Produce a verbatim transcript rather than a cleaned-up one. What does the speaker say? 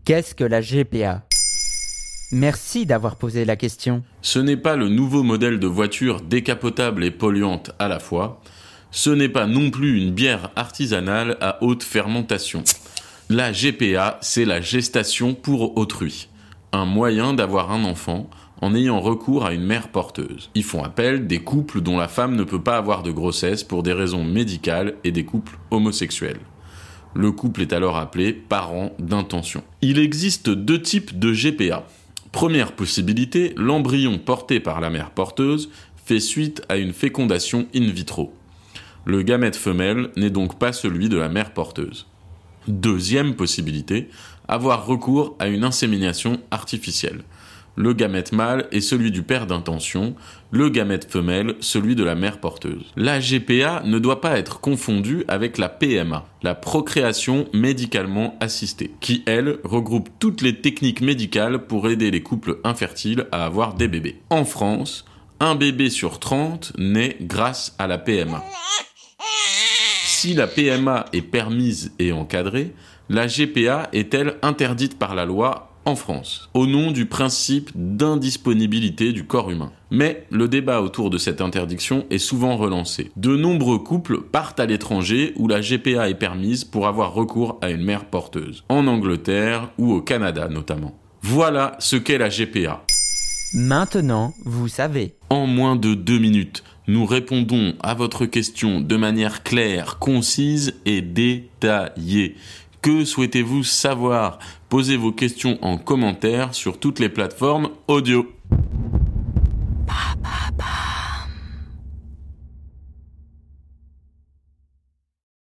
Qu'est-ce que la G P A ? Merci d'avoir posé la question. Ce n'est pas le nouveau modèle de voiture décapotable et polluante à la fois. Ce n'est pas non plus une bière artisanale à haute fermentation. La G P A, c'est la gestation pour autrui. Un moyen d'avoir un enfant en ayant recours à une mère porteuse. Ils font appel des couples dont la femme ne peut pas avoir de grossesse pour des raisons médicales et des couples homosexuels. Le couple est alors appelé parent d'intention. Il existe deux types de G P A. Première possibilité, l'embryon porté par la mère porteuse fait suite à une fécondation in vitro. Le gamète femelle n'est donc pas celui de la mère porteuse. Deuxième possibilité, avoir recours à une insémination artificielle. Le gamète mâle est celui du père d'intention, le gamète femelle celui de la mère porteuse. La G P A ne doit pas être confondue avec la P M A, la procréation médicalement assistée, qui, elle, regroupe toutes les techniques médicales pour aider les couples infertiles à avoir des bébés. En France, un bébé sur trente naît grâce à la P M A. Si la P M A est permise et encadrée, la G P A est-elle interdite par la loi en France, au nom du principe d'indisponibilité du corps humain. Mais le débat autour de cette interdiction est souvent relancé. De nombreux couples partent à l'étranger où la G P A est permise pour avoir recours à une mère porteuse, en Angleterre ou au Canada notamment. Voilà ce qu'est la G P A. Maintenant, vous savez. En moins de deux minutes, nous répondons à votre question de manière claire, concise et détaillée. Que souhaitez-vous savoir ? Posez vos questions en commentaire sur toutes les plateformes audio.